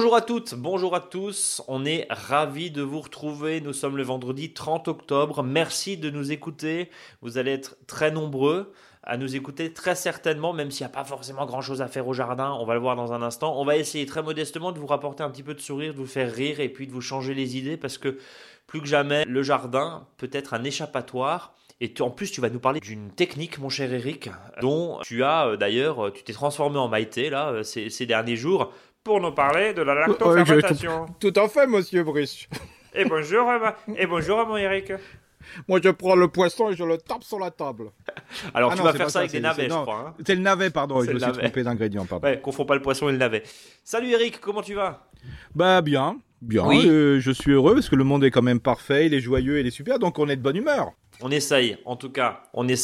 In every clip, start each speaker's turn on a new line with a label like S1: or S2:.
S1: Bonjour à toutes, bonjour à tous, on est ravis de vous retrouver, nous sommes le vendredi 30 octobre, merci de nous écouter, vous allez être très nombreux à nous écouter très certainement, même s'il n'y a pas forcément grand chose à faire au jardin, on va le voir dans un instant, on va essayer très modestement de vous rapporter un petit peu de sourire, de vous faire rire et puis de vous changer les idées parce que plus que jamais le jardin peut être un échappatoire. Et en plus, tu vas nous parler d'une technique, mon cher Eric, dont tu as d'ailleurs, tu t'es transformé en Maïté là, ces derniers jours, pour nous parler de la lactofermentation.
S2: Tout à fait, monsieur Brice.
S1: Et bonjour, mon Eric.
S2: Moi, je prends le poisson et je le tape sur la table.
S1: Alors, tu vas faire ça avec des navets, je crois. Hein.
S2: C'est le navet, pardon. Je me suis
S1: navet.
S2: trompé d'ingrédient, pardon.
S1: Ouais, confonds pas le poisson et le navet. Salut Eric, comment tu vas ?
S2: Bah, bien.
S1: Oui.
S2: Je suis heureux parce que le monde est quand même parfait, il est joyeux, il est super, donc on est de bonne humeur.
S1: On essaye en tout cas.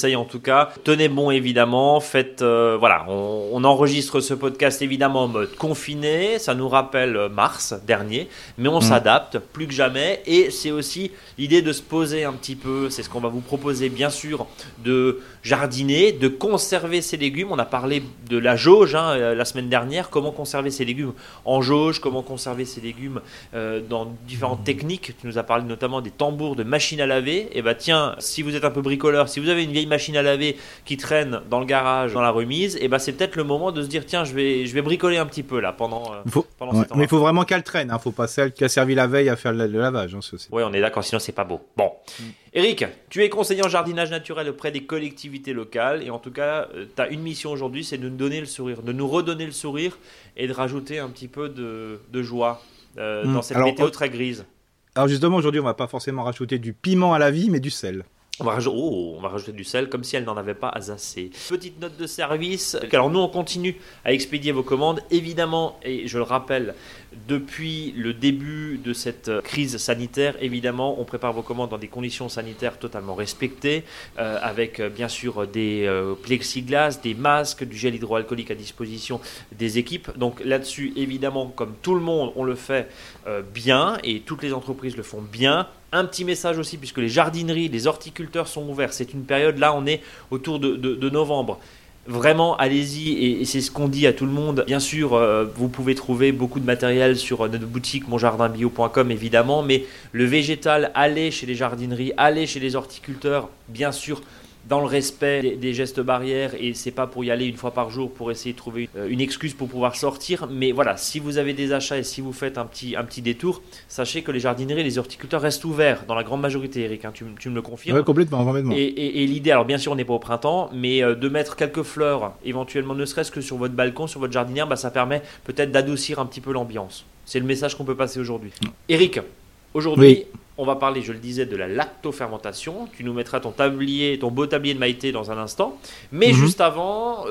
S1: Tenez bon évidemment. Faites voilà. On enregistre ce podcast évidemment en mode confiné. Ça nous rappelle mars dernier, mais on s'adapte plus que jamais. Et c'est aussi l'idée de se poser un petit peu. C'est ce qu'on va vous proposer bien sûr, de jardiner, de conserver ses légumes. On a parlé de la jauge la semaine dernière. Comment conserver ses légumes en jauge, comment conserver ses légumes dans différentes techniques. Tu nous as parlé notamment des tambours de machines à laver. Et bah tiens. Si vous êtes un peu bricoleur, si vous avez une vieille machine à laver qui traîne dans le garage, dans la remise, et ben c'est peut-être le moment de se dire tiens, je vais bricoler un petit peu là pendant ce temps.
S2: Mais il faut vraiment qu'elle traîne, faut pas celle qui a servi la veille à faire le lavage.
S1: Oui, on est d'accord, sinon c'est pas beau. Bon. Eric, tu es conseiller en jardinage naturel auprès des collectivités locales et en tout cas, tu as une mission aujourd'hui, c'est de nous donner le sourire, de nous redonner le sourire et de rajouter un petit peu de joie dans cette météo très grise.
S2: Alors justement, aujourd'hui, on va pas forcément rajouter du piment à la vie, mais du sel.
S1: On va rajouter du sel comme si elle n'en avait pas assez. Petite note de service. Alors nous on continue à expédier vos commandes. Évidemment, et je le rappelle, depuis le début de cette crise sanitaire, évidemment, on prépare vos commandes dans des conditions sanitaires totalement respectées, avec bien sûr des plexiglas, des masques, du gel hydroalcoolique à disposition des équipes. Donc là-dessus, évidemment, comme tout le monde, on le fait bien et toutes les entreprises le font bien. Un petit message aussi, puisque les jardineries, les horticulteurs sont ouverts. C'est une période, là, on est autour de novembre. Vraiment, allez-y, et c'est ce qu'on dit à tout le monde. Bien sûr, vous pouvez trouver beaucoup de matériel sur notre boutique monjardinbio.com, évidemment, mais le végétal, allez chez les jardineries, allez chez les horticulteurs, bien sûr, dans le respect des gestes barrières, et c'est pas pour y aller une fois par jour pour essayer de trouver une excuse pour pouvoir sortir, mais voilà, si vous avez des achats et si vous faites un petit détour, sachez que les jardineries et les horticulteurs restent ouverts dans la grande majorité, Eric, hein, tu me le confirmes.
S2: Oui, complètement.
S1: Et l'idée, alors bien sûr on n'est pas au printemps, mais de mettre quelques fleurs, éventuellement ne serait-ce que sur votre balcon, sur votre jardinière, ça permet peut-être d'adoucir un petit peu l'ambiance. C'est le message qu'on peut passer aujourd'hui. Eric, aujourd'hui, on va parler, je le disais, de la lactofermentation. Tu nous mettras ton beau tablier de Maïté dans un instant. Mais juste avant,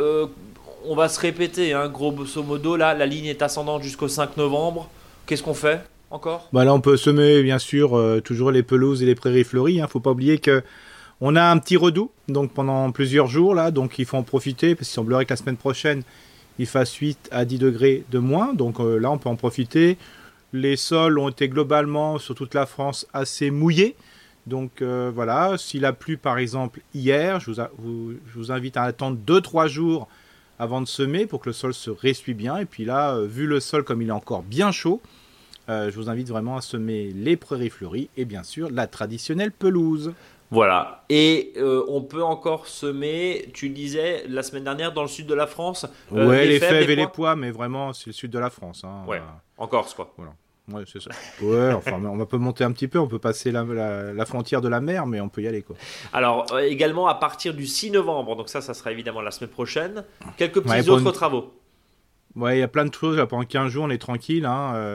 S1: on va se répéter, grosso modo. Là, la ligne est ascendante jusqu'au 5 novembre. Qu'est-ce qu'on fait encore ?
S2: Là, on peut semer, bien sûr, toujours les pelouses et les prairies fleuries. Faut pas oublier qu'on a un petit redout donc pendant plusieurs jours. Là, donc il faut en profiter parce qu'il semblerait que la semaine prochaine, il fasse 8 à 10 degrés de moins. Donc là, on peut en profiter. Les sols ont été globalement, sur toute la France, assez mouillés. Donc voilà, s'il a plu par exemple hier, je vous invite à attendre 2-3 jours avant de semer pour que le sol se ressuie bien. Et puis là, vu le sol comme il est encore bien chaud, je vous invite vraiment à semer les prairies fleuries et bien sûr la traditionnelle pelouse.
S1: Voilà, et on peut encore semer, tu disais la semaine dernière dans le sud de la France.
S2: Les fèves et les pois, mais vraiment c'est le sud de la France.
S1: Ouais, en Corse quoi.
S2: Voilà. Ouais, c'est ça. Ouais, enfin, on peut monter un petit peu, on peut passer la frontière de la mer, mais on peut y aller, quoi.
S1: Alors, également à partir du 6 novembre, donc ça sera évidemment la semaine prochaine, quelques petits autres travaux.
S2: Ouais, il y a plein de choses, là, pendant 15 jours, on est tranquille,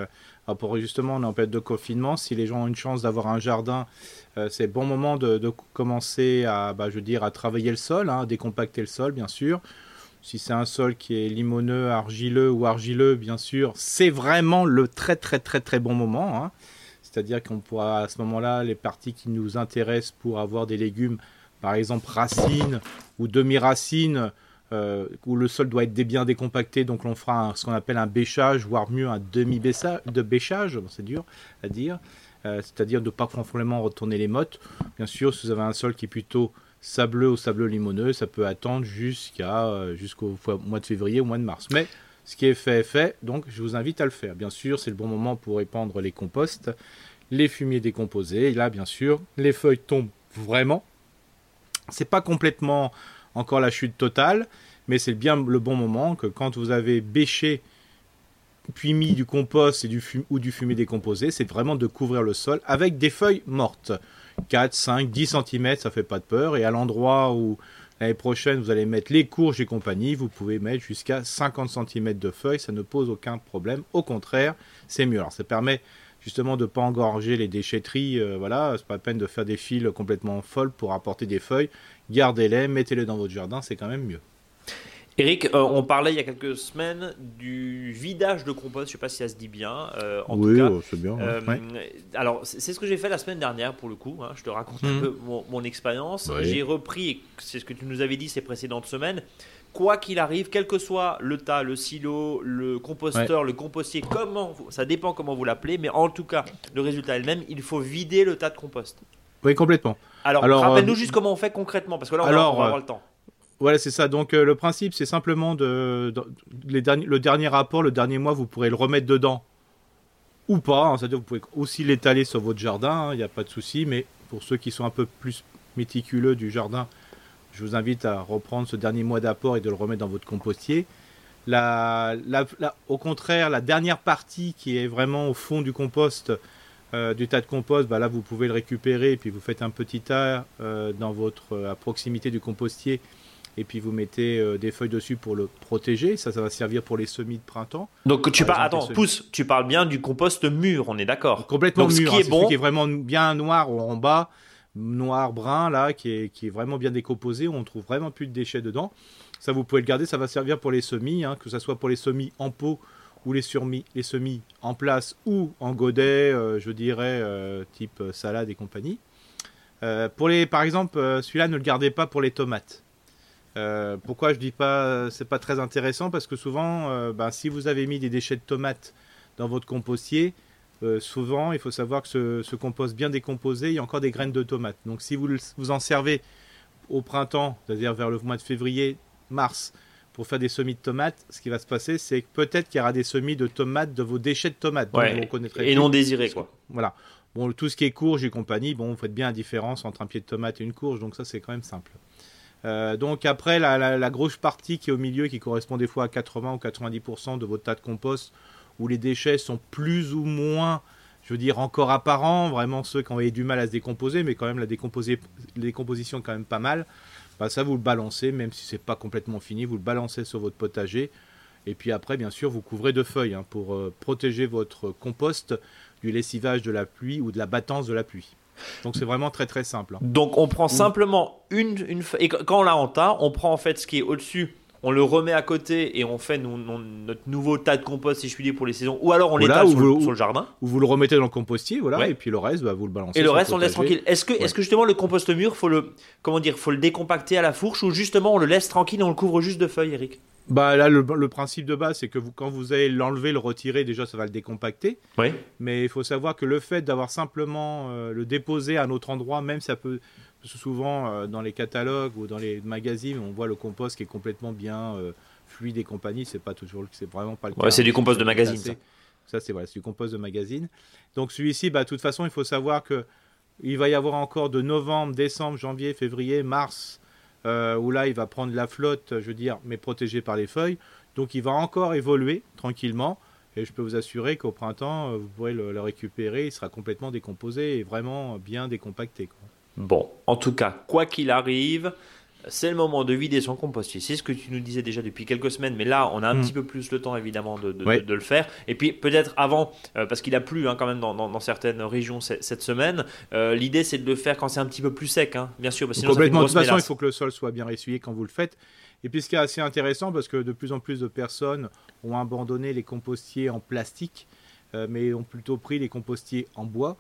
S2: justement, on est en période de confinement, si les gens ont une chance d'avoir un jardin, c'est le bon moment de commencer à travailler le sol, décompacter le sol, bien sûr. Si c'est un sol qui est limoneux, argileux, bien sûr, c'est vraiment le très très très très bon moment. C'est-à-dire qu'on pourra à ce moment-là, les parties qui nous intéressent pour avoir des légumes, par exemple racines ou demi-racines, où le sol doit être bien décompacté, donc on fera ce qu'on appelle un bêchage, voire mieux un demi-bêchage, c'est dur à dire, c'est-à-dire de ne pas complètement retourner les mottes. Bien sûr, si vous avez un sol qui est plutôt sableux ou sableux limoneux, ça peut attendre jusqu'au mois de février ou mois de mars. Mais Ce qui est fait est fait, donc je vous invite à le faire. Bien sûr, c'est le bon moment pour épandre les composts, les fumiers décomposés. Et là, bien sûr, les feuilles tombent vraiment. C'est pas complètement encore la chute totale, mais c'est bien le bon moment que quand vous avez bêché puis mis du compost ou du fumier décomposé, c'est vraiment de couvrir le sol avec des feuilles mortes. 4, 5, 10 cm, ça fait pas de peur. Et à l'endroit où l'année prochaine vous allez mettre les courges et compagnie, vous pouvez mettre jusqu'à 50 cm de feuilles, ça ne pose aucun problème. Au contraire, c'est mieux. Alors ça permet justement de ne pas engorger les déchetteries. Voilà, c'est pas la peine de faire des fils complètement folles pour apporter des feuilles. Gardez-les, mettez-les dans votre jardin, c'est quand même mieux.
S1: Eric, on parlait il y a quelques semaines du vidage de compost, je ne sais pas si ça se dit bien, en
S2: oui,
S1: tout cas.
S2: C'est bien.
S1: Alors, c'est ce que j'ai fait la semaine dernière pour le coup, je te raconte un peu mon expérience.
S2: Oui.
S1: J'ai repris, c'est ce que tu nous avais dit ces précédentes semaines, quoi qu'il arrive, quel que soit le tas, le silo, le composteur, le compostier, ça dépend comment vous l'appelez, mais en tout cas, le résultat est le même, il faut vider le tas de compost.
S2: Oui, complètement.
S1: Alors rappelle-nous juste comment on fait concrètement, parce que là, on va avoir le temps.
S2: Voilà, c'est ça. Donc, le principe, c'est simplement le dernier rapport, le dernier mois, vous pourrez le remettre dedans ou pas. C'est-à-dire, vous pouvez aussi l'étaler sur votre jardin, il n'y a pas de souci. Mais pour ceux qui sont un peu plus méticuleux du jardin, je vous invite à reprendre ce dernier mois d'apport et de le remettre dans votre compostier. Au contraire, la dernière partie qui est vraiment au fond du compost, du tas de compost, là, vous pouvez le récupérer et puis vous faites un petit tas à proximité du compostier. Et puis vous mettez des feuilles dessus pour le protéger. Ça va servir pour les semis de printemps.
S1: Donc tu parles bien du compost mûr, on est d'accord.
S2: Complètement mûr.
S1: C'est
S2: celui qui est vraiment bien noir en bas, noir brun là, qui est vraiment bien décomposé. On trouve vraiment plus de déchets dedans. Ça, vous pouvez le garder. Ça va servir pour les semis, que ce soit pour les semis en pot ou les semis en place ou en godet, je dirais type salade et compagnie. Par exemple, celui-là, ne le gardez pas pour les tomates. Pourquoi je dis pas c'est pas très intéressant, parce que souvent si vous avez mis des déchets de tomates dans votre compostier, souvent il faut savoir que ce compost bien décomposé, il y a encore des graines de tomates. Donc si vous en servez au printemps, c'est-à-dire vers le mois de février, mars, pour faire des semis de tomates, ce qui va se passer, c'est que peut-être qu'il y aura des semis de tomates de vos déchets de tomates,
S1: vous reconnaîtrez non désirés, quoi.
S2: Voilà. Bon, tout ce qui est courge et compagnie, vous faites bien la différence entre un pied de tomate et une courge, donc ça c'est quand même simple. Donc après la grosse partie qui est au milieu, qui correspond des fois à 80 ou 90% de votre tas de compost, où les déchets sont plus ou moins, je veux dire, encore apparents, vraiment ceux qui ont eu du mal à se décomposer, mais quand même la décomposition est quand même pas mal, ça vous le balancez, même si c'est pas complètement fini, vous le balancez sur votre potager, et puis après bien sûr vous couvrez de feuilles pour protéger votre compost du lessivage de la pluie ou de la battance de la pluie. Donc c'est vraiment très très simple.
S1: Donc on prend simplement une feuille, et quand on l'a en tas, on prend en fait ce qui est au-dessus, on le remet à côté et on fait notre nouveau tas de compost, si je puis dire, pour les saisons, ou alors on l'étale sur le jardin.
S2: Ou vous le remettez dans le compostier, et puis le reste, vous le balancez.
S1: Et le reste, on le laisse tranquille. Est-ce que justement le compost mûr, faut le décompacter à la fourche, ou justement on le laisse tranquille et on le couvre juste de feuilles, Eric?
S2: Là, le principe de base, c'est que quand vous allez l'enlever, le retirer, déjà, ça va le décompacter.
S1: Oui.
S2: Mais il faut savoir que le fait d'avoir simplement le déposé à un autre endroit, même ça peut, souvent dans les catalogues ou dans les magazines, on voit le compost qui est complètement bien fluide et compagnie. C'est vraiment pas le cas.
S1: C'est du compost de magazine.
S2: Ça, c'est du compost de magazine. Donc celui-ci, de toute façon, il faut savoir que il va y avoir encore de novembre, décembre, janvier, février, mars. Où là il va prendre la flotte, je veux dire, mais protégé par les feuilles, donc il va encore évoluer tranquillement, et je peux vous assurer qu'au printemps vous pourrez le récupérer, il sera complètement décomposé et vraiment bien décompacté, quoi.
S1: Bon, en tout cas, quoi qu'il arrive, c'est le moment de vider son compostier. C'est ce que tu nous disais déjà depuis quelques semaines, mais là on a un petit peu plus le temps évidemment de le faire. Et puis peut-être avant, parce qu'il a plu quand même dans certaines régions cette semaine, l'idée c'est de le faire quand c'est un petit peu plus sec, bien sûr, parce que sinon
S2: complètement.
S1: Ça
S2: de toute façon, il faut que le sol soit bien essuyé quand vous le faites. Et puis ce qui est assez intéressant, parce que de plus en plus de personnes ont abandonné les compostiers en plastique, mais ont plutôt pris les compostiers en bois.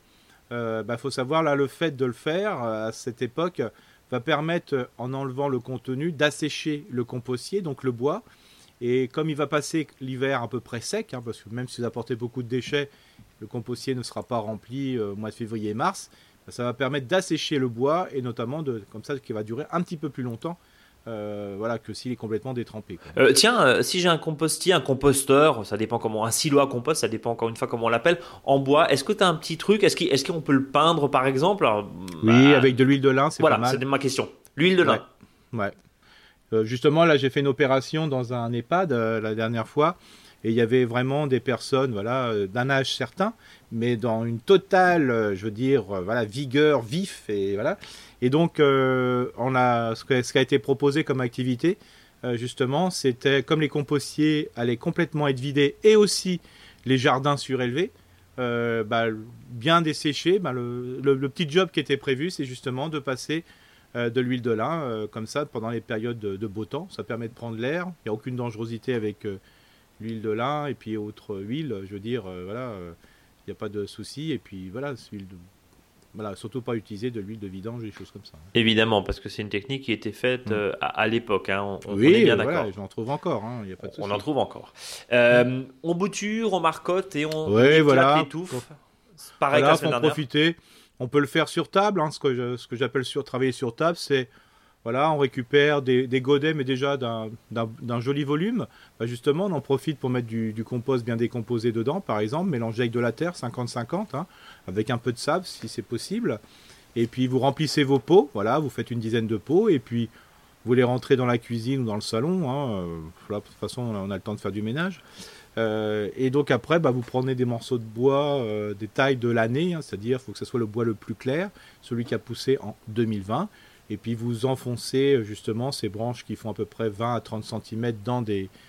S2: Faut savoir, là, le fait de le faire à cette époque va permettre, en enlevant le contenu, d'assécher le compostier, donc le bois. Et comme il va passer l'hiver à peu près sec, parce que même si vous apportez beaucoup de déchets, le compostier ne sera pas rempli au mois de février et mars, ça va permettre d'assécher le bois, et notamment comme ça, qui va durer un petit peu plus longtemps voilà, que s'il est complètement détrempé, quoi.
S1: Tiens, si j'ai un compostier, un composteur, ça dépend comment, un silo à compost, ça dépend encore une fois comment on l'appelle, en bois, est-ce que tu as un petit truc, est-ce qu'on peut le peindre par exemple? Alors,
S2: Oui, avec de l'huile de lin, c'est pas
S1: voilà,
S2: mal.
S1: c'est ma question. L'huile de lin.
S2: Ouais. Justement, là, j'ai fait une opération dans un EHPAD la dernière fois, et il y avait vraiment des personnes, voilà, d'un âge certain, mais dans une totale, je veux dire, voilà, vigueur, vif, et voilà. Et donc, ce qui a été proposé comme activité, justement, c'était comme les compostiers allaient complètement être vidés, et aussi les jardins surélevés, bien desséchés. Le petit job qui était prévu, c'est justement de passer de l'huile de lin, comme ça, pendant les périodes de beau temps. Ça permet de prendre l'air. Il n'y a aucune dangerosité avec l'huile de lin et puis autre huile. Je veux dire, voilà, il n'y a pas de souci. Et puis voilà, voilà, surtout pas utiliser de l'huile de vidange, des choses comme ça.
S1: Évidemment, parce que c'est une technique qui était faite à l'époque. Hein. On
S2: oui,
S1: est bien d'accord.
S2: Voilà, j'en trouve encore. Hein, y a pas de souci.
S1: On en trouve encore. On bouture, on marcotte et on éclate
S2: voilà,
S1: les touffes. Pareil
S2: voilà,
S1: que la semaine dernière.
S2: Profiter. On peut le faire sur table. Hein, ce que j'appelle travailler sur table, c'est voilà, on récupère des godets, mais déjà d'un joli volume. Justement, on en profite pour mettre du compost bien décomposé dedans, par exemple, mélanger avec de la terre, 50-50, hein, avec un peu de sable, si c'est possible. Et puis, vous remplissez vos pots, voilà, vous faites une dizaine de pots, et puis, vous les rentrez dans la cuisine ou dans le salon. Hein, là, de toute façon, on a le temps de faire du ménage. Et donc, après, vous prenez des morceaux de bois, des tailles de l'année, hein, c'est-à-dire, il faut que ce soit le bois le plus clair, celui qui a poussé en 2020. Et puis vous enfoncez justement ces branches qui font à peu près 20 à 30 cm dans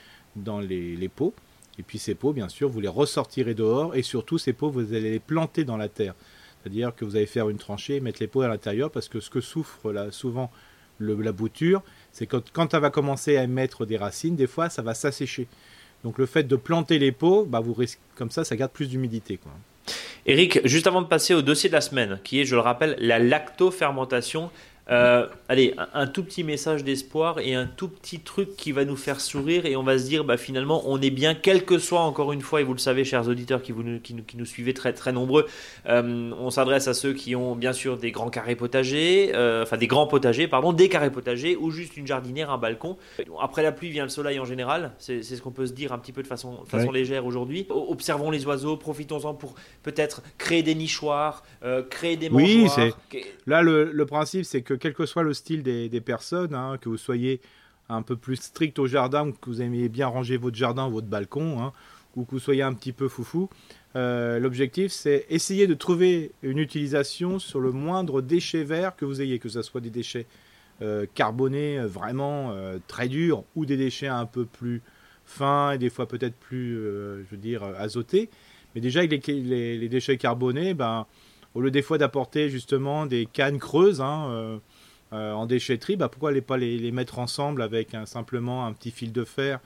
S2: les pots. Et puis ces pots, bien sûr, vous les ressortirez dehors. Et surtout, ces pots, vous allez les planter dans la terre. C'est-à-dire que vous allez faire une tranchée et mettre les pots à l'intérieur. Parce que ce que souffre là, souvent la bouture, c'est que quand elle va commencer à émettre des racines, des fois, ça va s'assécher. Donc le fait de planter les pots, vous risquez, comme ça garde plus d'humidité, quoi.
S1: Eric, juste avant de passer au dossier de la semaine, qui est, je le rappelle, la lactofermentation. Allez, un tout petit message d'espoir et un tout petit truc qui va nous faire sourire et on va se dire finalement on est bien, quel que soit, encore une fois, et vous le savez chers auditeurs qui nous suivez très très nombreux, on s'adresse à ceux qui ont bien sûr des grands carrés potagers, des grands potagers, pardon, des carrés potagers ou juste une jardinière, un balcon. Après la pluie vient le soleil en général, c'est ce qu'on peut se dire un petit peu de façon légère aujourd'hui. Observons les oiseaux, profitons-en pour peut-être créer des nichoirs, créer des mangeoires.
S2: Oui, là le principe c'est que quel que soit le style des personnes, hein, que vous soyez un peu plus strict au jardin, ou que vous aimiez bien ranger votre jardin, votre balcon, hein, ou que vous soyez un petit peu foufou, l'objectif c'est essayer de trouver une utilisation sur le moindre déchet vert que vous ayez, que ce soit des déchets carbonés vraiment très durs, ou des déchets un peu plus fins et des fois peut-être plus, je veux dire, azotés. Mais déjà avec les déchets carbonés, au lieu des fois d'apporter justement des cannes creuses, hein, en déchetterie, pourquoi pas les mettre ensemble avec simplement un petit fil de fer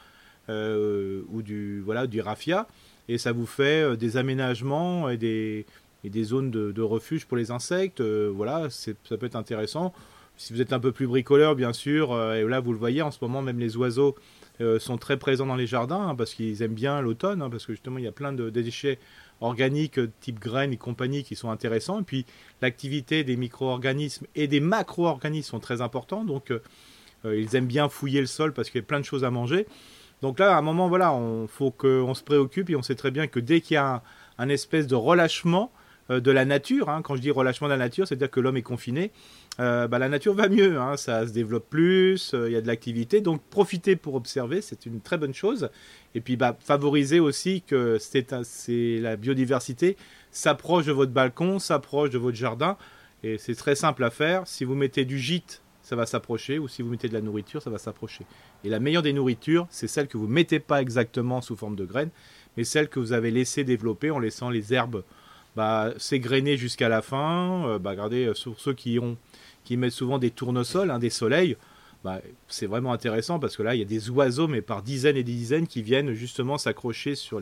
S2: ou du raffia, et ça vous fait des aménagements et des zones de refuge pour les insectes. Voilà, ça peut être intéressant. Si vous êtes un peu plus bricoleur, bien sûr, et là vous le voyez en ce moment, même les oiseaux sont très présents dans les jardins, hein, parce qu'ils aiment bien l'automne, hein, parce que justement il y a plein de déchets organiques type graines et compagnie qui sont intéressants, et puis l'activité des micro-organismes et des macro-organismes sont très importants, donc ils aiment bien fouiller le sol parce qu'il y a plein de choses à manger. Donc là à un moment faut qu'on se préoccupe, et on sait très bien que dès qu'il y a un espèce de relâchement de la nature, hein, quand je dis relâchement de la nature, c'est-à-dire que l'homme est confiné, la nature va mieux, hein, ça se développe plus, il y a de l'activité, donc profitez pour observer, c'est une très bonne chose. Et puis favoriser aussi que la biodiversité s'approche de votre balcon, s'approche de votre jardin, et c'est très simple à faire. Si vous mettez du gîte, ça va s'approcher, ou si vous mettez de la nourriture, ça va s'approcher. Et la meilleure des nourritures, c'est celle que vous ne mettez pas exactement sous forme de graines, mais celle que vous avez laissé développer en laissant les herbes s'égrener jusqu'à la fin. Regardez, sur ceux qui mettent souvent des tournesols, hein, des soleils, c'est vraiment intéressant parce que là il y a des oiseaux, mais par dizaines et des dizaines, qui viennent justement s'accrocher sur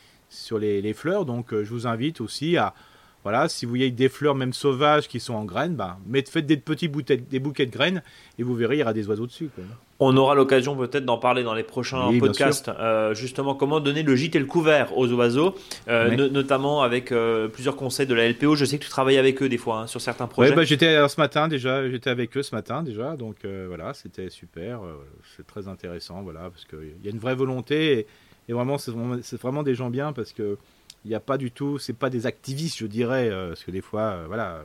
S2: les fleurs. Donc je vous invite aussi à, si vous voyez des fleurs même sauvages qui sont en graines, faites des petits bouquets de graines, et vous verrez, il y aura des oiseaux dessus, quoi.
S1: On aura l'occasion peut-être d'en parler dans les prochains
S2: Oui,
S1: podcasts, justement comment donner le gîte et le couvert aux oiseaux,
S2: Oui.
S1: notamment avec plusieurs conseils de la LPO. Je sais que tu travailles avec eux des fois sur certains projets.
S2: Ouais, j'étais avec eux ce matin déjà, donc voilà, c'était super, c'est très intéressant, voilà, parce qu'il y a une vraie volonté et vraiment, c'est vraiment des gens bien parce que il n'y a pas du tout, c'est pas des activistes, je dirais, parce que des fois, voilà,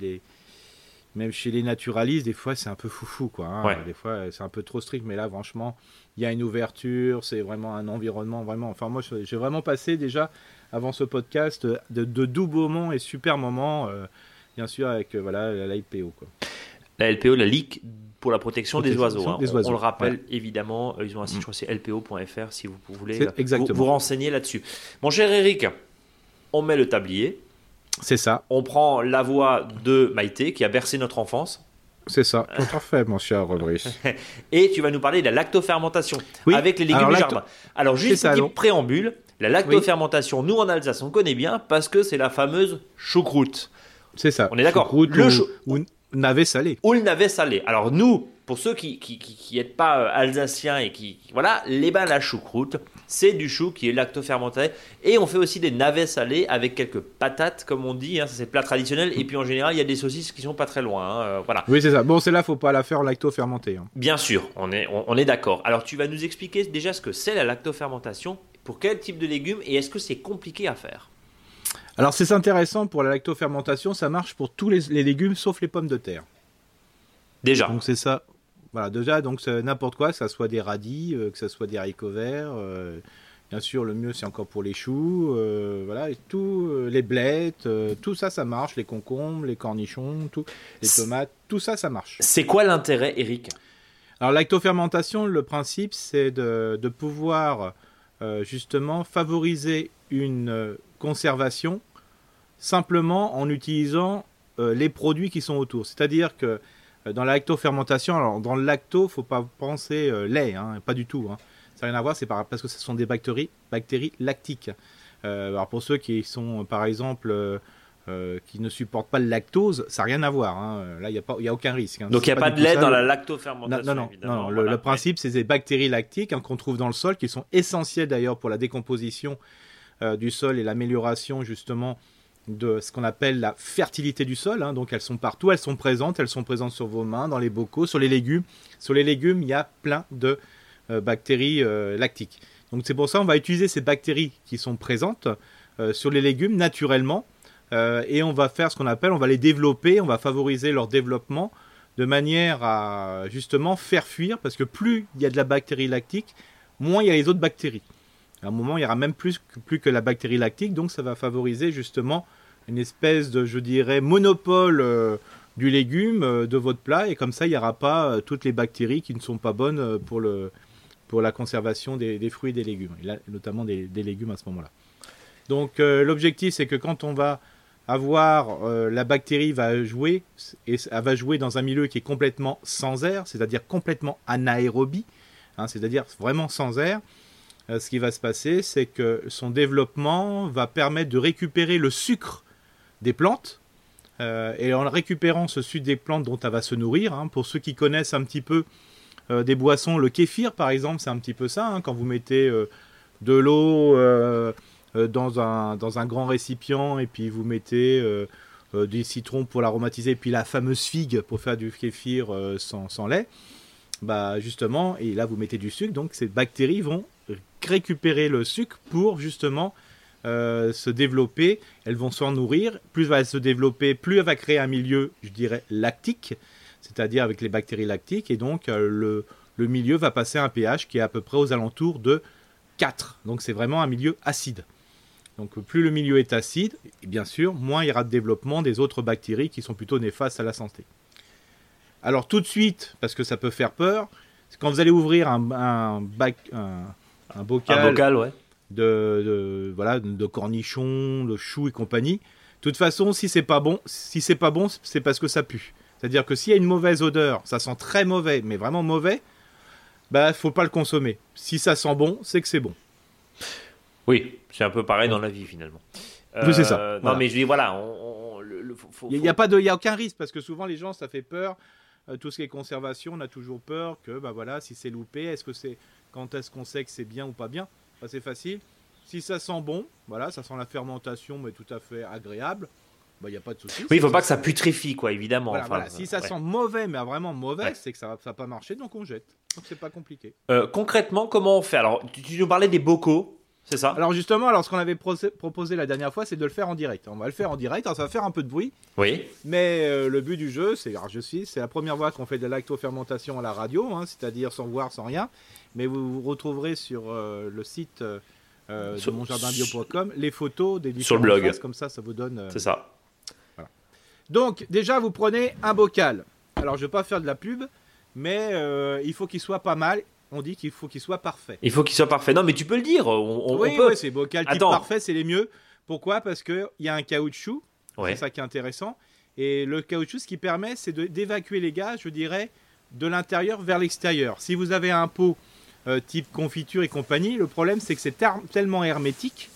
S2: même chez les naturalistes, des fois c'est un peu foufou, quoi. Hein.
S1: Ouais.
S2: Des fois c'est un peu trop strict, mais là, franchement, il y a une ouverture, c'est vraiment un environnement, vraiment. Enfin, moi, j'ai vraiment passé déjà, avant ce podcast, de doux moments et super moments, bien sûr, avec voilà, la LPO, quoi.
S1: La LPO, la Ligue pour la protection des oiseaux. Hein.
S2: Des oiseaux.
S1: On le rappelle,
S2: Voilà.
S1: évidemment, ils ont un site, je crois que c'est lpo.fr si vous voulez
S2: Exactement.
S1: vous renseigner là-dessus. Mon cher Eric, on met le tablier.
S2: C'est ça.
S1: On prend la voix de Maïté qui a bercé notre enfance.
S2: C'est ça, tout à fait, mon cher Fabrice.
S1: Et tu vas nous parler de la lactofermentation
S2: Oui.
S1: avec les légumes
S2: Alors,
S1: du jardin. Alors, juste
S2: C'est ça,
S1: petit
S2: donc.
S1: préambule. La lactofermentation, nous en Alsace, on connaît bien parce que c'est la fameuse choucroute.
S2: C'est ça.
S1: On est d'accord.
S2: Choucroute
S1: Le
S2: ou navet salé.
S1: Ou le navet salé. Alors nous, pour ceux qui n'êtes pas alsaciens et voilà, la choucroute, c'est du chou qui est lactofermenté. Et on fait aussi des navets salés avec quelques patates, comme on dit. Hein, ça c'est plat traditionnel. Et puis en général, il y a des saucisses qui sont pas très loin. Hein, voilà.
S2: Oui, c'est ça. Bon, celle-là, faut pas la faire lacto-fermentée. Hein.
S1: Bien sûr, on est d'accord. Alors tu vas nous expliquer déjà ce que c'est la lactofermentation, pour quel type de légumes et est-ce que c'est compliqué à faire?
S2: Alors, c'est intéressant pour la lactofermentation, ça marche pour tous les légumes sauf les pommes de terre.
S1: Déjà.
S2: Donc, c'est ça. Voilà, déjà, donc c'est n'importe quoi, que ça soit des radis, que ça soit des haricots verts. Bien sûr, le mieux, c'est encore pour les choux. Voilà, et tout, les blettes, tout ça, ça marche. Les concombres, les cornichons, tout, les tomates, tout ça, ça marche.
S1: C'est quoi l'intérêt, Eric?
S2: Alors, lactofermentation, le principe, c'est de pouvoir justement favoriser une conservation simplement en utilisant les produits qui sont autour. C'est-à-dire que dans la lactofermentation, alors dans le lacto, faut pas penser lait, hein, pas du tout. Hein. Ça n'a rien à voir, c'est parce que ce sont des bactéries lactiques. Alors pour ceux qui sont, par exemple, qui ne supportent pas le lactose, ça n'a rien à voir. Hein. Là, il n'y a aucun risque. Hein.
S1: Donc il n'y a pas de lait dans la lactofermentation,
S2: non,
S1: évidemment.
S2: Non,
S1: Voilà.
S2: le principe, c'est des bactéries lactiques hein, qu'on trouve dans le sol, qui sont essentielles d'ailleurs pour la décomposition du sol et l'amélioration justement de ce qu'on appelle la fertilité du sol. Hein. Donc elles sont partout, elles sont présentes sur vos mains, dans les bocaux, sur les légumes. Sur les légumes, il y a plein de bactéries lactiques. Donc c'est pour ça qu'on va utiliser ces bactéries qui sont présentes sur les légumes naturellement et on va faire ce qu'on appelle, on va les développer, on va favoriser leur développement de manière à justement faire fuir, parce que plus il y a de la bactérie lactique, moins il y a les autres bactéries. À un moment, il y aura même plus que la bactérie lactique, donc ça va favoriser justement une espèce de, je dirais, monopole du légume, de votre plat, et comme ça, il n'y aura pas toutes les bactéries qui ne sont pas bonnes pour la conservation des fruits et des légumes, et là, notamment des légumes à ce moment-là. Donc l'objectif, c'est que quand on va avoir, la bactérie va jouer, et elle va jouer dans un milieu qui est complètement sans air, c'est-à-dire complètement anaérobie, hein, c'est-à-dire vraiment sans air. Ce qui va se passer, c'est que son développement va permettre de récupérer le sucre des plantes. Et en récupérant ce sucre des plantes dont elle va se nourrir, hein, pour ceux qui connaissent un petit peu des boissons, le kéfir par exemple, c'est un petit peu ça. Hein, quand vous mettez de l'eau dans un grand récipient et puis vous mettez des citrons pour l'aromatiser, et puis la fameuse figue pour faire du kéfir sans lait, bah justement, et là vous mettez du sucre, donc ces bactéries vont récupérer le sucre pour justement se développer. Elles vont s'en nourrir. Plus elle va se développer, plus elle va créer un milieu, je dirais, lactique, c'est-à-dire avec les bactéries lactiques, et donc le milieu va passer à un pH qui est à peu près aux alentours de 4. Donc c'est vraiment un milieu acide. Donc plus le milieu est acide, et bien sûr, moins il y aura de développement des autres bactéries qui sont plutôt néfastes à la santé. Alors tout de suite, parce que ça peut faire peur, quand vous allez ouvrir un bocal
S1: ouais.
S2: de cornichons, de choux et compagnie, de toute façon, si c'est pas bon, c'est parce que ça pue. C'est-à-dire que s'il y a une mauvaise odeur, ça sent très mauvais, mais vraiment mauvais, bah faut pas le consommer. Si ça sent bon, c'est que c'est bon.
S1: Oui, c'est un peu pareil dans la vie finalement.
S2: Oui, c'est ça.
S1: Non,
S2: Voilà.
S1: mais je dis voilà,
S2: Il y a aucun risque parce que souvent les gens, ça fait peur. tout ce qui est conservation, on a toujours peur que, bah voilà, si c'est loupé, quand est-ce qu'on sait que c'est bien ou pas bien? Bah, c'est facile. Si ça sent bon, voilà, ça sent la fermentation, mais tout à fait agréable, bah, il n'y a pas de souci.
S1: Oui, il ne faut pas que ça putréfie, quoi, évidemment.
S2: Voilà, voilà. Si ça sent mauvais, mais vraiment mauvais, c'est que ça va pas marcher, donc on jette. Donc c'est pas compliqué.
S1: Concrètement, comment on fait? Alors, tu nous parlais des bocaux. C'est ça.
S2: Alors justement, ce qu'on avait proposé la dernière fois, c'est de le faire en direct. On va le faire en direct, alors ça va faire un peu de bruit.
S1: Oui.
S2: Mais le but du jeu, c'est la première fois qu'on fait de la lactofermentation à la radio, hein, c'est-à-dire sans voir, sans rien. Mais vous retrouverez sur le site de monjardinbio.com les photos des différentes
S1: sur le blog.
S2: Phases, comme ça vous donne...
S1: c'est ça.
S2: Voilà. Donc déjà, vous prenez un bocal. Alors je ne vais pas faire de la pub, mais il faut qu'il soit pas mal. On dit qu'il faut qu'il soit parfait.
S1: Il faut qu'il soit parfait. Non, mais tu peux le dire. On peut.
S2: Oui, c'est bocal type parfait, c'est les mieux. Pourquoi? Parce qu'il y a un caoutchouc. Ouais. C'est ça qui est intéressant. Et le caoutchouc, ce qui permet, c'est d'évacuer les gaz, je dirais, de l'intérieur vers l'extérieur. Si vous avez un pot type confiture et compagnie, le problème, c'est que c'est tellement hermétique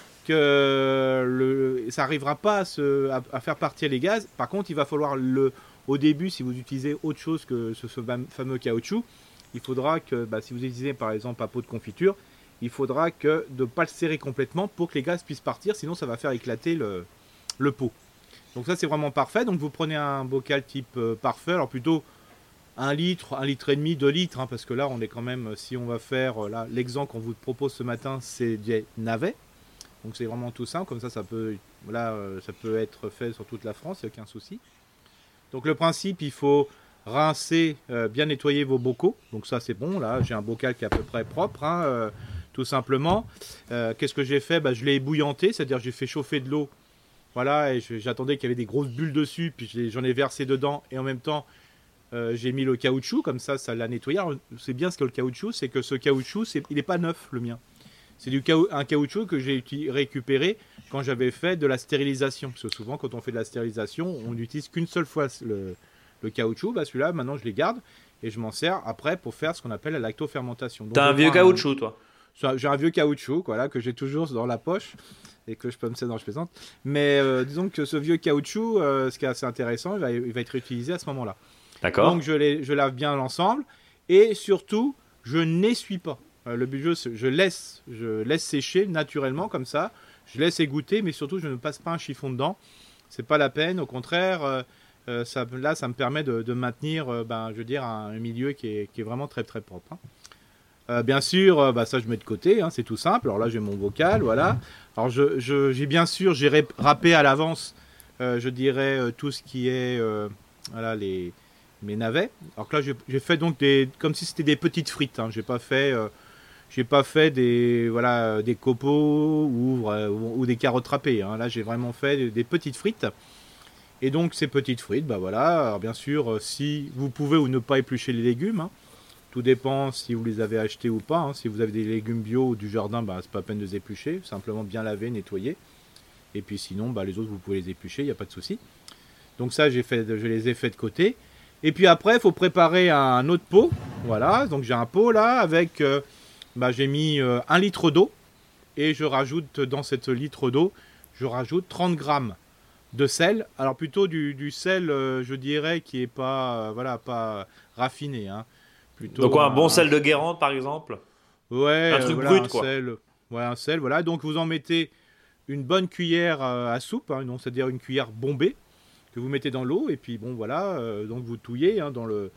S2: que ça n'arrivera pas à faire partir les gaz. Par contre, il va falloir, au début, si vous utilisez autre chose que ce fameux caoutchouc, il faudra que, si vous utilisez par exemple un pot de confiture, il faudra de ne pas le serrer complètement pour que les gaz puissent partir, sinon ça va faire éclater le pot. Donc ça c'est vraiment parfait. Donc vous prenez un bocal type parfait, alors plutôt 1 litre, 1 litre et demi, 2 litres, hein, parce que là on est quand même, si on va faire, l'exemple qu'on vous propose ce matin, c'est des navets. Donc c'est vraiment tout simple, comme ça peut être fait sur toute la France, il n'y a aucun souci. Donc le principe, il faut rincer, bien nettoyer vos bocaux. Donc ça c'est bon, là j'ai un bocal qui est à peu près propre, hein, tout simplement. Qu'est-ce que j'ai fait? Je l'ai ébouillanté, c'est-à-dire j'ai fait chauffer de l'eau. Voilà, et j'attendais qu'il y avait des grosses bulles dessus, puis j'en ai versé dedans, et en même temps j'ai mis le caoutchouc, comme ça l'a nettoyé. Alors, c'est bien ce que le caoutchouc, c'est que ce caoutchouc, il n'est pas neuf le mien. C'est un caoutchouc que j'ai récupéré quand j'avais fait de la stérilisation. Parce que souvent quand on fait de la stérilisation, on n'utilise qu'une seule fois le caoutchouc. Celui-là, maintenant, je les garde et je m'en sers après pour faire ce qu'on appelle la lactofermentation.
S1: T'as un vieux caoutchouc, toi?
S2: J'ai un vieux caoutchouc, voilà, que j'ai toujours dans la poche et que je peux me servir dans je plaisante. Mais disons que ce vieux caoutchouc, ce qui est assez intéressant, il va être réutilisé à ce moment-là.
S1: D'accord.
S2: Donc je lave bien l'ensemble et surtout, je n'essuie pas. Le but du jeu, je laisse sécher naturellement comme ça. Je laisse égoutter, mais surtout, je ne passe pas un chiffon dedans. C'est pas la peine. Au contraire, ça me permet de maintenir, je veux dire, un milieu qui est vraiment très très propre. Hein. Bien sûr, ça je mets de côté. Hein, c'est tout simple. Alors là, j'ai mon bocal, voilà. Alors j'ai râpé à l'avance, je dirais tout ce qui est, voilà, mes navets. Alors que là, j'ai fait donc comme si c'était des petites frites. Hein. J'ai pas fait des copeaux ou des carottes râpées. Hein. Là, j'ai vraiment fait des petites frites. Et donc, ces petites frites, voilà. Alors, bien sûr, si vous pouvez ou ne pas éplucher les légumes, hein. Tout dépend si vous les avez achetés ou pas. Hein. Si vous avez des légumes bio ou du jardin, c'est pas la peine de les éplucher. Simplement bien laver, nettoyer. Et puis sinon, les autres, vous pouvez les éplucher, il n'y a pas de souci. Donc ça, je les ai fait de côté. Et puis après, il faut préparer un autre pot. Voilà, donc j'ai un pot là avec... j'ai mis 1 litre d'eau et je rajoute dans cette litre d'eau, je rajoute 30 grammes de sel. Alors plutôt du sel, je dirais, qui est pas raffiné. Hein. Plutôt
S1: donc un bon sel de Guérande, par exemple.
S2: Ouais,
S1: un truc brut, quoi.
S2: Un sel, voilà. Donc vous en mettez une bonne cuillère à soupe, hein, c'est-à-dire une cuillère bombée que vous mettez dans l'eau et puis donc vous touillez, hein, dans l'eau.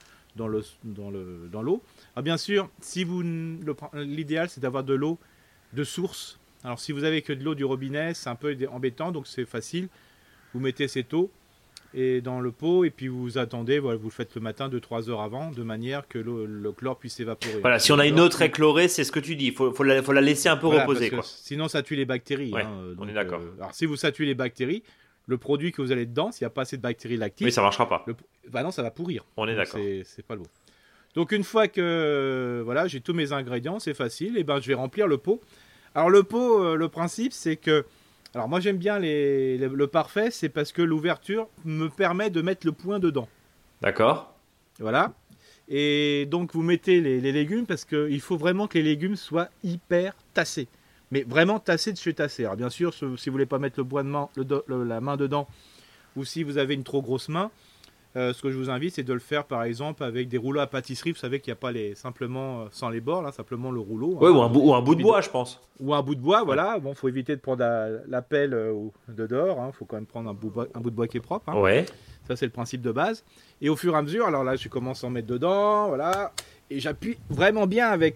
S2: Alors bien sûr, l'idéal c'est d'avoir de l'eau de source. Alors si vous avez que de l'eau du robinet, c'est un peu embêtant, donc c'est facile. Vous mettez cette eau dans le pot et puis vous attendez, voilà, vous le faites le matin 2-3 heures avant, de manière que le chlore puisse s'évaporer.
S1: Voilà, si on a une eau très chlorée, c'est ce que tu dis, il faut la laisser un peu reposer. Quoi.
S2: Sinon ça tue les bactéries.
S1: Ouais,
S2: hein,
S1: on est d'accord.
S2: Alors si ça tue les bactéries, le produit que vous allez dedans, s'il n'y a pas assez de bactéries lactiques...
S1: Oui, ça ne marchera pas.
S2: Non, ça va pourrir.
S1: On est d'accord.
S2: C'est pas le bon. Donc une fois que j'ai tous mes ingrédients, c'est facile, et je vais remplir le pot. Alors le pot, le principe c'est que... Alors moi j'aime bien le parfait, c'est parce que l'ouverture me permet de mettre le poing dedans.
S1: D'accord.
S2: Voilà. Et donc vous mettez les légumes parce qu'il faut vraiment que les légumes soient hyper tassés. Mais vraiment tassés de chez tassé. Alors bien sûr, si vous voulez pas mettre la main dedans, ou si vous avez une trop grosse main, ce que je vous invite, c'est de le faire par exemple avec des rouleaux à pâtisserie. Vous savez qu'il n'y a pas simplement sans les bords, là, simplement le rouleau.
S1: Oui, ou un bout de bois, je pense.
S2: Ou un bout de bois, voilà. Bon, faut éviter de prendre la pelle de dehors. Faut quand même prendre un bout de bois qui est propre.
S1: Ouais.
S2: Ça, c'est le principe de base. Et au fur et à mesure, alors là, je commence à en mettre dedans, voilà. Et j'appuie vraiment bien avec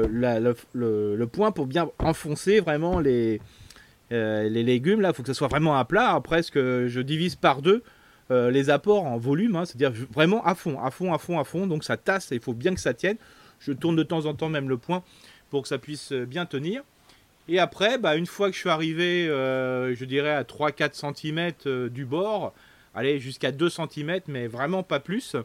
S2: le poing pour bien enfoncer vraiment les légumes. Là, il faut que ça soit vraiment à plat. Après, je divise par deux les apports en volume, c'est-à-dire vraiment à fond. Donc ça tasse et il faut bien que ça tienne. Je tourne de temps en temps même le poing pour que ça puisse bien tenir. Et après, une fois que je suis arrivé, je dirais à 3-4 cm du bord, allez jusqu'à 2 cm, mais vraiment pas plus,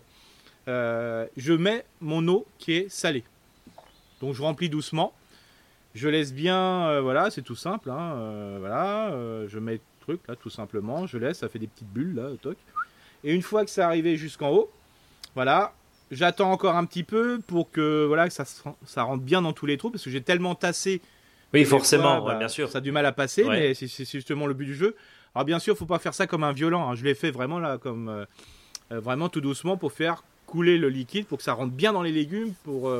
S2: je mets mon eau qui est salée. Donc je remplis doucement. Je laisse bien, voilà, c'est tout simple. Je mets le truc là, tout simplement. Je laisse, ça fait des petites bulles là, toc. Et une fois que c'est arrivé jusqu'en haut, voilà, j'attends encore un petit peu pour que ça rentre bien dans tous les trous parce que j'ai tellement tassé.
S1: Oui, forcément, bien sûr.
S2: Ça a du mal à passer, mais c'est justement le but du jeu. Alors bien sûr, faut pas faire ça comme un violent. Je l'ai fait vraiment là, comme vraiment tout doucement pour faire couler le liquide pour que ça rentre bien dans les légumes faut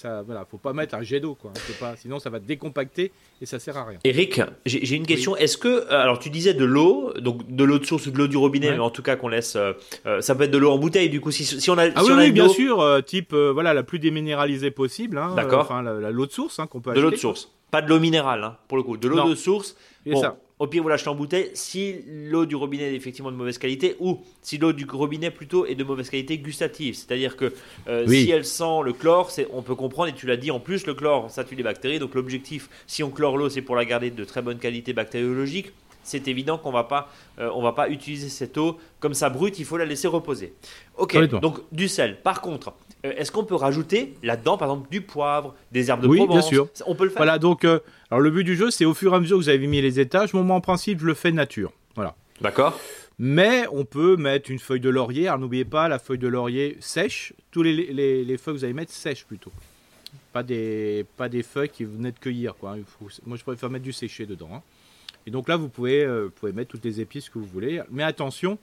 S2: pas mettre un jet d'eau quoi, sinon ça va décompacter et ça sert à rien.
S1: Eric, j'ai une question. Est-ce que alors tu disais de l'eau, donc de l'eau de source ou de l'eau du robinet, mais en tout cas qu'on laisse ça peut être de l'eau en bouteille du coup si on a
S2: bien sûr, type la plus déminéralisée possible
S1: d'accord.
S2: L'eau de source qu'on peut
S1: de
S2: acheter.
S1: L'eau de source. Pas de l'eau minérale pour le coup, de l'eau de source.
S2: Bon, ça.
S1: Au pire, vous l'achetez en bouteille. Si l'eau du robinet est effectivement de mauvaise qualité, ou si l'eau du robinet plutôt est de mauvaise qualité gustative, c'est-à-dire que si elle sent le chlore, on peut comprendre, et tu l'as dit, en plus le chlore, ça tue les bactéries. Donc l'objectif, si on chlore l'eau, c'est pour la garder de très bonne qualité bactériologique. C'est évident qu'on va pas utiliser cette eau comme ça brute, il faut la laisser reposer. Ok, donc du sel. Par contre, est-ce qu'on peut rajouter là-dedans, par exemple, du poivre, des herbes de Provence ?
S2: Oui, bien sûr.
S1: On peut le faire.
S2: Voilà, donc alors le but du jeu, c'est au fur et à mesure que vous avez mis les étages. Moi, en principe, je le fais nature. Voilà.
S1: D'accord.
S2: Mais on peut mettre une feuille de laurier. Alors n'oubliez pas la feuille de laurier sèche. Tous les feuilles que vous allez mettre sèches plutôt. Pas des feuilles qui vous venez de cueillir, quoi. Moi, je préfère mettre du séché dedans. Et donc là, vous pouvez mettre toutes les épices que vous voulez. Mais attention,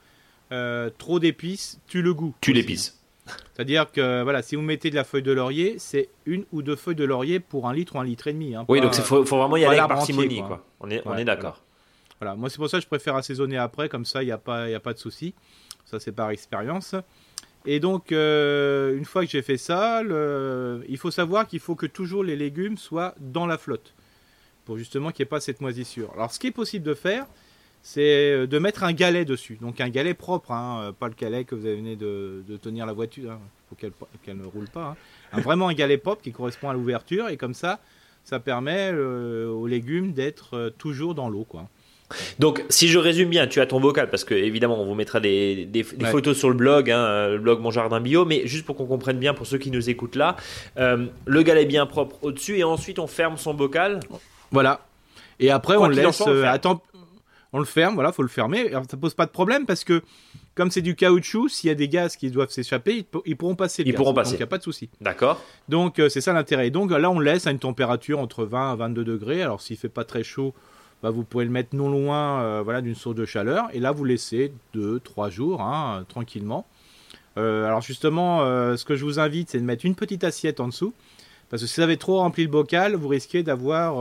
S2: trop d'épices tue le goût.
S1: Tue l'épice.
S2: C'est-à-dire que si vous mettez de la feuille de laurier, c'est 1 ou 2 feuilles de laurier pour 1 litre ou 1,5 litre.
S1: Oui, donc il faut vraiment y aller avec parcimonie. On est d'accord.
S2: Voilà. Moi, c'est pour ça que je préfère assaisonner après, comme ça, il n'y a pas de souci. Ça, c'est par expérience. Et donc, une fois que j'ai fait ça, il faut savoir qu'il faut que toujours les légumes soient dans la flotte, pour justement qu'il n'y ait pas cette moisissure. Alors, ce qui est possible de faire, c'est de mettre un galet dessus. Donc un galet propre, pas le galet que vous venez de tenir la voiture, faut qu'elle ne roule pas. Vraiment un galet propre qui correspond à l'ouverture, et comme ça permet aux légumes d'être toujours dans l'eau, quoi.
S1: Donc, si je résume bien, tu as ton bocal, parce que évidemment, on vous mettra des photos sur le blog, le blog Mon Jardin Bio, mais juste pour qu'on comprenne bien, pour ceux qui nous écoutent là, le galet bien propre au-dessus, et ensuite on ferme son bocal.
S2: Voilà. Et après, on le laisse on le ferme, voilà, faut le fermer. Alors, ça pose pas de problème parce que comme c'est du caoutchouc, s'il y a des gaz qui doivent s'échapper, ils pourront passer. Donc il n'y a pas de souci.
S1: D'accord.
S2: Donc c'est ça l'intérêt. Et donc là, on laisse à une température entre 20 à 22 degrés. Alors s'il fait pas très chaud, vous pouvez le mettre non loin d'une source de chaleur. Et là, vous laissez 2-3 jours tranquillement. Alors justement, ce que je vous invite, c'est de mettre une petite assiette en dessous. Parce que si vous avez trop rempli le bocal, vous risquez d'avoir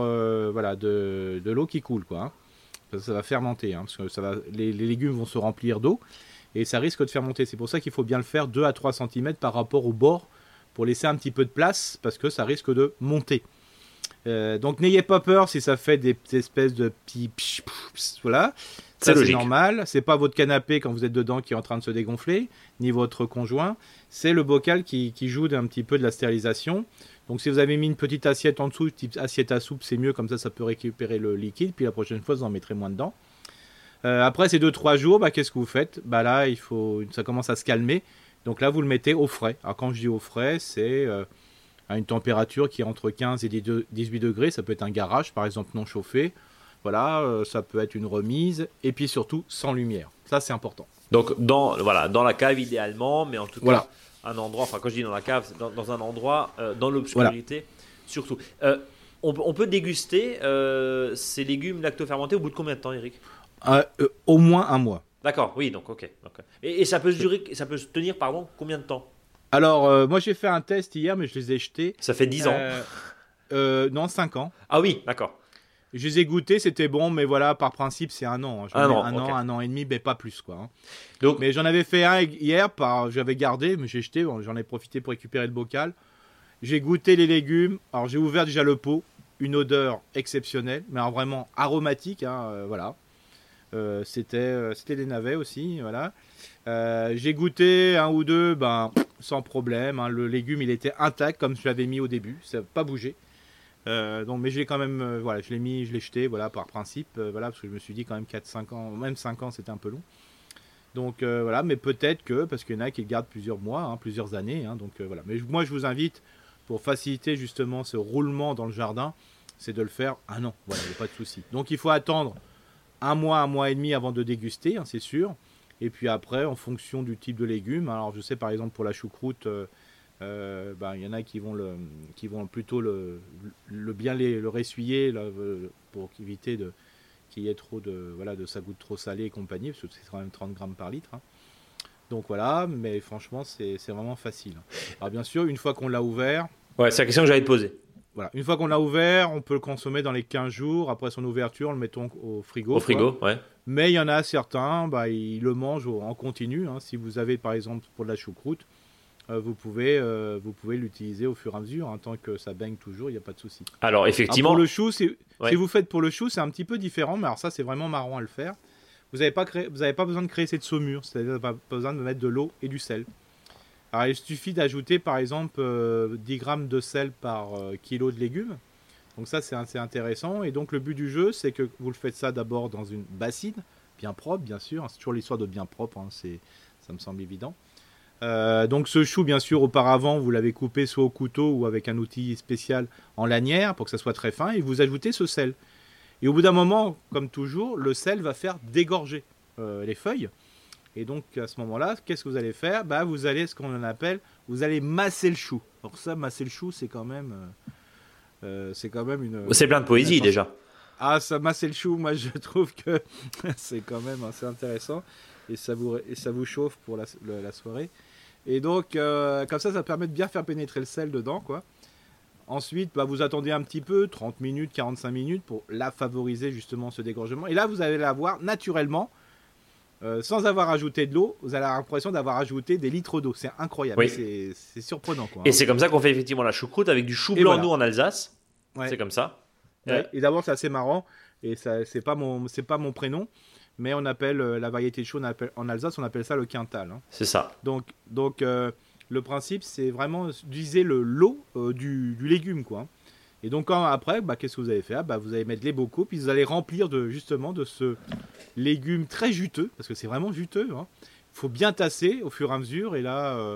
S2: de l'eau qui coule, quoi. Ça va fermenter, parce que les légumes vont se remplir d'eau et ça risque de fermenter. C'est pour ça qu'il faut bien le faire 2 à 3 cm par rapport au bord pour laisser un petit peu de place parce que ça risque de monter. Donc n'ayez pas peur si ça fait des espèces de petits voilà. Ça, c'est normal. C'est pas votre canapé quand vous êtes dedans qui est en train de se dégonfler, ni votre conjoint. C'est le bocal qui joue un petit peu de la stérilisation. Donc si vous avez mis une petite assiette en dessous, type assiette à soupe, c'est mieux, comme ça peut récupérer le liquide, puis la prochaine fois vous en mettrez moins dedans. Après ces 2-3 jours, qu'est-ce que vous faites ? Là, ça commence à se calmer, donc là vous le mettez au frais. Alors quand je dis au frais, c'est à une température qui est entre 15 et 18 degrés, ça peut être un garage par exemple non chauffé, voilà, ça peut être une remise, et puis surtout sans lumière, ça c'est important.
S1: Donc dans la cave idéalement, mais en tout cas...
S2: Voilà.
S1: Un endroit, enfin quand je dis dans la cave, c'est dans un endroit, dans l'obscurité, surtout. On peut déguster ces légumes lactofermentés au bout de combien de temps, Eric ?
S2: Au moins un mois.
S1: D'accord, oui, donc ok. Et ça peut se tenir, pardon, combien de temps?
S2: Alors, moi j'ai fait un test hier, mais je les ai jetés.
S1: Ça fait 10 ans.
S2: Non, 5 ans.
S1: Ah oui, d'accord.
S2: Je les ai goûtés, c'était bon, mais voilà, par principe, c'est un an. Je mets un an et demi, mais pas plus, quoi. Donc, mais j'en avais fait un hier, j'avais gardé, mais j'ai jeté, j'en ai profité pour récupérer le bocal. J'ai goûté les légumes. Alors, j'ai ouvert déjà le pot, une odeur exceptionnelle, mais alors vraiment aromatique, voilà. C'était des navets aussi, voilà. J'ai goûté un ou deux, sans problème. Le légume, il était intact, comme je l'avais mis au début, ça n'a pas bougé. Donc, mais j'ai quand même, voilà, je l'ai jeté, voilà, par principe, voilà, parce que je me suis dit quand même 4-5 ans, même 5 ans, c'était un peu long. Donc voilà, mais peut-être que, parce qu'il y en a qui le gardent plusieurs mois, plusieurs années, donc voilà. Mais moi, je vous invite, pour faciliter justement ce roulement dans le jardin, c'est de le faire un an, voilà, il n'y a pas de souci. Donc il faut attendre un mois et demi avant de déguster, c'est sûr. Et puis après, en fonction du type de légumes, alors je sais par exemple pour la choucroute, il y en a qui vont plutôt le ressuyer là, pour éviter qu'il y ait trop de ça goûte trop salé et compagnie, parce que c'est quand même 30 grammes par litre. Donc voilà, mais franchement c'est vraiment facile. Alors bien sûr, une fois qu'on l'a ouvert,
S1: ouais, c'est la question que j'allais te poser.
S2: Voilà, une fois qu'on l'a ouvert, on peut le consommer dans les 15 jours après son ouverture, le mettons au frigo. Au
S1: frigo, ouais.
S2: Mais il y en a certains, ils le mangent en continu. Si vous avez par exemple pour de la choucroute, vous pouvez l'utiliser au fur et à mesure, tant que ça baigne toujours, il n'y a pas de souci.
S1: Alors effectivement,
S2: pour le chou, si vous faites pour le chou, c'est un petit peu différent, mais alors ça c'est vraiment marrant à le faire. Vous n'avez pas besoin de créer cette saumure, c'est-à-dire pas besoin de mettre de l'eau et du sel. Alors il suffit d'ajouter par exemple 10 grammes de sel par kilo de légumes. Donc ça c'est assez intéressant. Et donc le but du jeu, c'est que vous le faites ça d'abord dans une bassine, bien propre bien sûr. C'est toujours l'histoire de bien propre, ça me semble évident. Donc ce chou, bien sûr, auparavant, vous l'avez coupé soit au couteau ou avec un outil spécial en lanière pour que ça soit très fin, et vous ajoutez ce sel. Et au bout d'un moment, comme toujours, le sel va faire dégorger les feuilles. Et donc à ce moment-là, qu'est-ce que vous allez faire ? Vous allez, vous allez masser le chou. Alors ça, masser le chou, c'est quand même une...
S1: C'est plein de poésie déjà.
S2: Ah, ça, masser le chou, moi je trouve que c'est quand même assez intéressant. Et ça vous chauffe pour la soirée. Et donc, comme ça permet de bien faire pénétrer le sel dedans, quoi. Ensuite, vous attendez un petit peu, 30 minutes, 45 minutes, pour favoriser justement ce dégorgement. Et là, vous allez l'avoir naturellement, sans avoir ajouté de l'eau. Vous avez l'impression d'avoir ajouté des litres d'eau. C'est incroyable, oui. C'est surprenant, quoi.
S1: Et c'est comme ça qu'on fait effectivement la choucroute avec du chou blanc, nous, en Alsace. Ouais. C'est comme ça.
S2: Ouais. Et d'abord, c'est assez marrant. Et ça, c'est pas mon prénom. Mais on appelle la variété de chou en Alsace, on appelle ça le Quintal.
S1: C'est ça.
S2: Donc le principe, c'est vraiment d'utiliser l'eau du légume, quoi. Et donc après, qu'est-ce que vous allez faire ? Vous allez mettre les bocaux, puis vous allez remplir de ce légume très juteux, parce que c'est vraiment juteux. Il faut bien tasser au fur et à mesure, et là,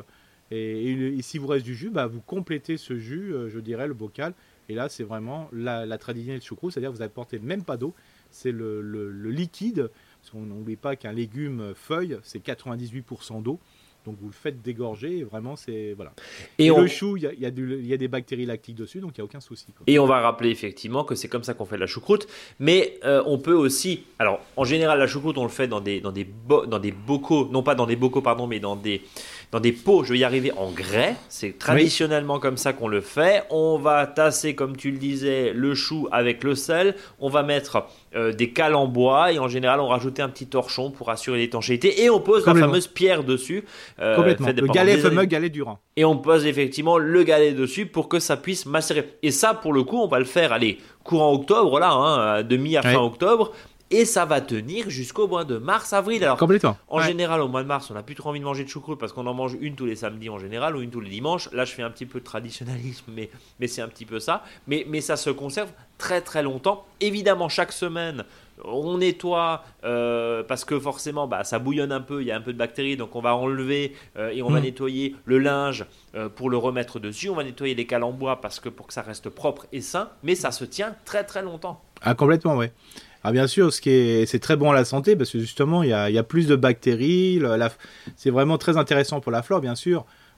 S2: et s'il vous reste du jus, vous complétez ce jus, je dirais, le bocal. Et là, c'est vraiment la traditionnelle choucroute, c'est-à-dire que vous n'apportez même pas d'eau, c'est le liquide. Parce qu'on n'oublie pas qu'un légume feuille, c'est 98% d'eau. Donc vous le faites dégorger et vraiment c'est... Voilà. Et le chou, il y a des bactéries lactiques dessus, donc il n'y a aucun souci, quoi.
S1: Et on va rappeler effectivement que c'est comme ça qu'on fait de la choucroute. Mais on peut aussi... Alors en général, la choucroute, on le fait dans des bocaux. Non pas dans des bocaux, pardon, mais dans des pots, je vais y arriver, en grès. C'est traditionnellement comme ça qu'on le fait. On va tasser, comme tu le disais, le chou avec le sel. On va mettre des cales en bois et en général, on rajoute un petit torchon pour assurer l'étanchéité. Et on pose la fameuse pierre dessus.
S2: Complètement. Le fameux galet Durand.
S1: Et on pose effectivement le galet dessus pour que ça puisse macérer. Et ça, pour le coup, on va le faire, courant octobre, là, de mi à fin octobre. Et ça va tenir jusqu'au mois de mars-avril. Alors,
S2: complètement.
S1: En général, au mois de mars, on n'a plus trop envie de manger de choucroute parce qu'on en mange une tous les samedis en général ou une tous les dimanches. Là, je fais un petit peu de traditionnalisme, mais c'est un petit peu ça. Mais ça se conserve très très longtemps. Évidemment, chaque semaine, on nettoie parce que forcément, ça bouillonne un peu, il y a un peu de bactéries. Donc, on va enlever et on va nettoyer le linge pour le remettre dessus. On va nettoyer les cales en bois pour que ça reste propre et sain. Mais ça se tient très très longtemps.
S2: Ah, complètement, ouais. Ah, bien sûr, c'est très bon à la santé parce que justement, il y a plus de bactéries. C'est vraiment très intéressant pour la flore, bien sûr.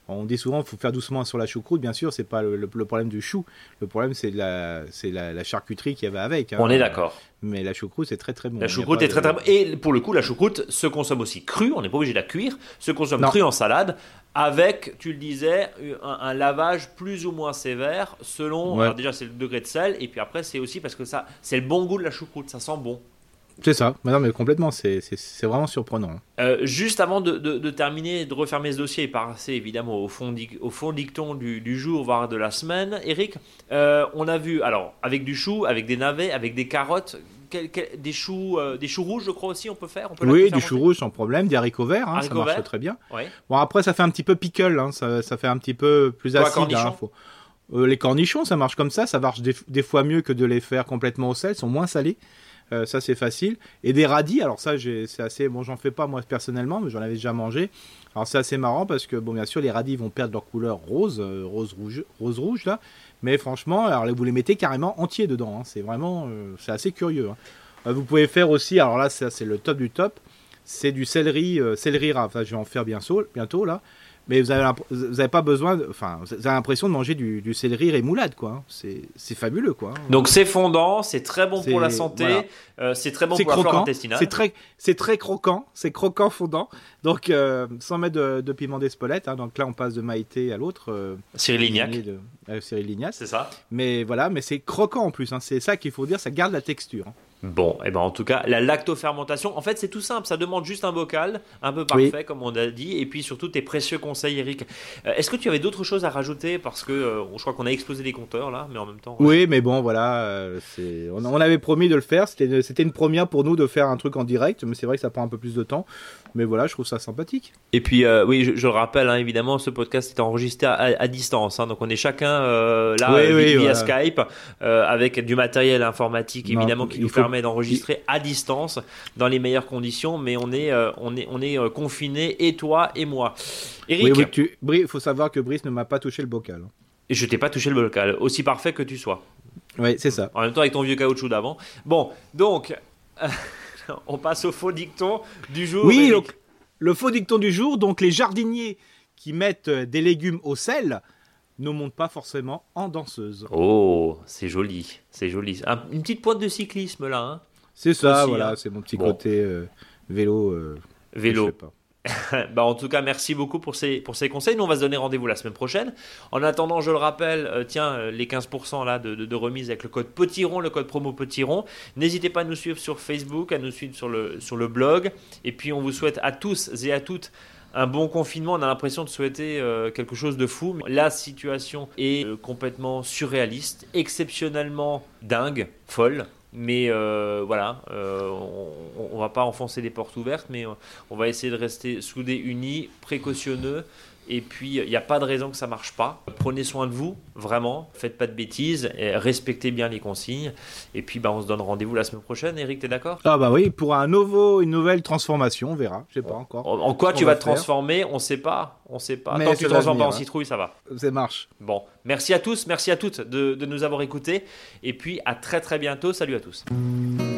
S2: On dit souvent qu'il faut faire doucement sur la choucroute. Bien sûr, c'est pas le problème du chou. Le problème, c'est la charcuterie qui va avec.
S1: On est d'accord.
S2: Mais la choucroute, c'est très très bon.
S1: La choucroute est très très bonne. Et pour le coup, la choucroute se consomme aussi crue. On n'est pas obligé de la cuire. Se consomme crue en salade. Avec, tu le disais, un lavage plus ou moins sévère selon. Alors déjà, c'est le degré de sel. Et puis après, c'est aussi parce que ça, c'est le bon goût de la choucroute. Ça sent bon.
S2: C'est ça, non, mais complètement, c'est vraiment surprenant.
S1: Juste avant de terminer, de refermer ce dossier et passer évidemment au fond dicton du jour, voire de la semaine, Eric, on a vu, alors, avec du chou, avec des navets, avec des carottes, des choux rouges, je crois aussi, on peut faire.
S2: Oui, du chou rouge sans problème, des haricots verts, ça marche très bien.
S1: Ouais.
S2: Bon, après, ça fait un petit peu pickle, ça fait un petit peu plus acide. Les cornichons, ça marche comme ça marche des fois mieux que de les faire complètement au sel, ils sont moins salés. Ça c'est facile. Et des radis, alors ça c'est assez, bon j'en fais pas moi personnellement, mais j'en avais déjà mangé. Alors c'est assez marrant parce que bon bien sûr les radis vont perdre leur couleur rose rouge là, mais franchement alors vous les mettez carrément entiers dedans, c'est vraiment c'est assez curieux. Vous pouvez faire aussi, alors là c'est le top du top, c'est du céleri rave. Enfin je vais en faire bientôt là. Mais vous avez pas besoin, vous avez l'impression de manger du céleri rémoulade, quoi. C'est fabuleux, quoi.
S1: Donc c'est fondant, c'est très bon pour la santé, voilà. C'est très bon pour la flore intestinale.
S2: C'est très croquant, c'est croquant fondant. Donc sans mettre de piment d'Espelette, donc là on passe de Maïté à l'autre.
S1: Cyril Lignac.
S2: Cyril Lignac.
S1: C'est ça.
S2: Mais voilà, mais c'est croquant en plus. C'est ça qu'il faut dire, ça garde la texture.
S1: Bon, et ben en tout cas, la lactofermentation, en fait, c'est tout simple. Ça demande juste un bocal, un peu parfait, comme on a dit, et puis surtout tes précieux conseils, Eric. Est-ce que tu avais d'autres choses à rajouter parce que je crois qu'on a explosé les compteurs là, mais en même temps.
S2: Oui, mais bon, voilà, on avait promis de le faire. C'était une première pour nous de faire un truc en direct, mais c'est vrai que ça prend un peu plus de temps. Mais voilà, je trouve ça sympathique.
S1: Et puis, oui, je le rappelle, évidemment, ce podcast est enregistré à distance. Donc, on est chacun via Skype avec du matériel informatique, évidemment, qui nous permet d'enregistrer à distance dans les meilleures conditions. Mais on est confinés, et toi et moi. Eric,
S2: il faut savoir que Brice ne m'a pas touché le bocal.
S1: Et je t'ai pas touché le bocal, aussi parfait que tu sois.
S2: Oui, c'est ça.
S1: En même temps, avec ton vieux caoutchouc d'avant. Bon, donc... on passe au faux dicton du jour.
S2: Oui, donc, le faux dicton du jour. Donc, les jardiniers qui mettent des légumes au sel ne montent pas forcément en danseuse.
S1: Oh, c'est joli, c'est joli. Une petite pointe de cyclisme là.
S2: C'est ça, aussi, voilà, c'est mon petit côté vélo.
S1: Vélo. Je sais pas. En tout cas, merci beaucoup pour ces conseils. Nous, on va se donner rendez-vous la semaine prochaine. En attendant, je le rappelle, les 15% là de remise avec le code Potiron, le code promo Potiron. N'hésitez pas à nous suivre sur Facebook, à nous suivre sur le blog. Et puis, on vous souhaite à tous et à toutes un bon confinement. On a l'impression de souhaiter quelque chose de fou. La situation est complètement surréaliste, exceptionnellement dingue, folle. Mais voilà, on va pas enfoncer des portes ouvertes, mais on va essayer de rester soudés, unis, précautionneux. Et puis, il n'y a pas de raison que ça ne marche pas. Prenez soin de vous, vraiment. Faites pas de bêtises. Et respectez bien les consignes. Et puis, on se donne rendez-vous la semaine prochaine. Eric, t'es d'accord ?
S2: Ah bah oui, pour une nouvelle transformation, on verra. Je sais pas encore.
S1: En quoi tu vas te transformer ? On ne sait pas. Mais tant que tu ne te transformes pas en citrouille, ça va.
S2: Ça marche.
S1: Bon, merci à tous, merci à toutes de nous avoir écoutés. Et puis, à très très bientôt. Salut à tous.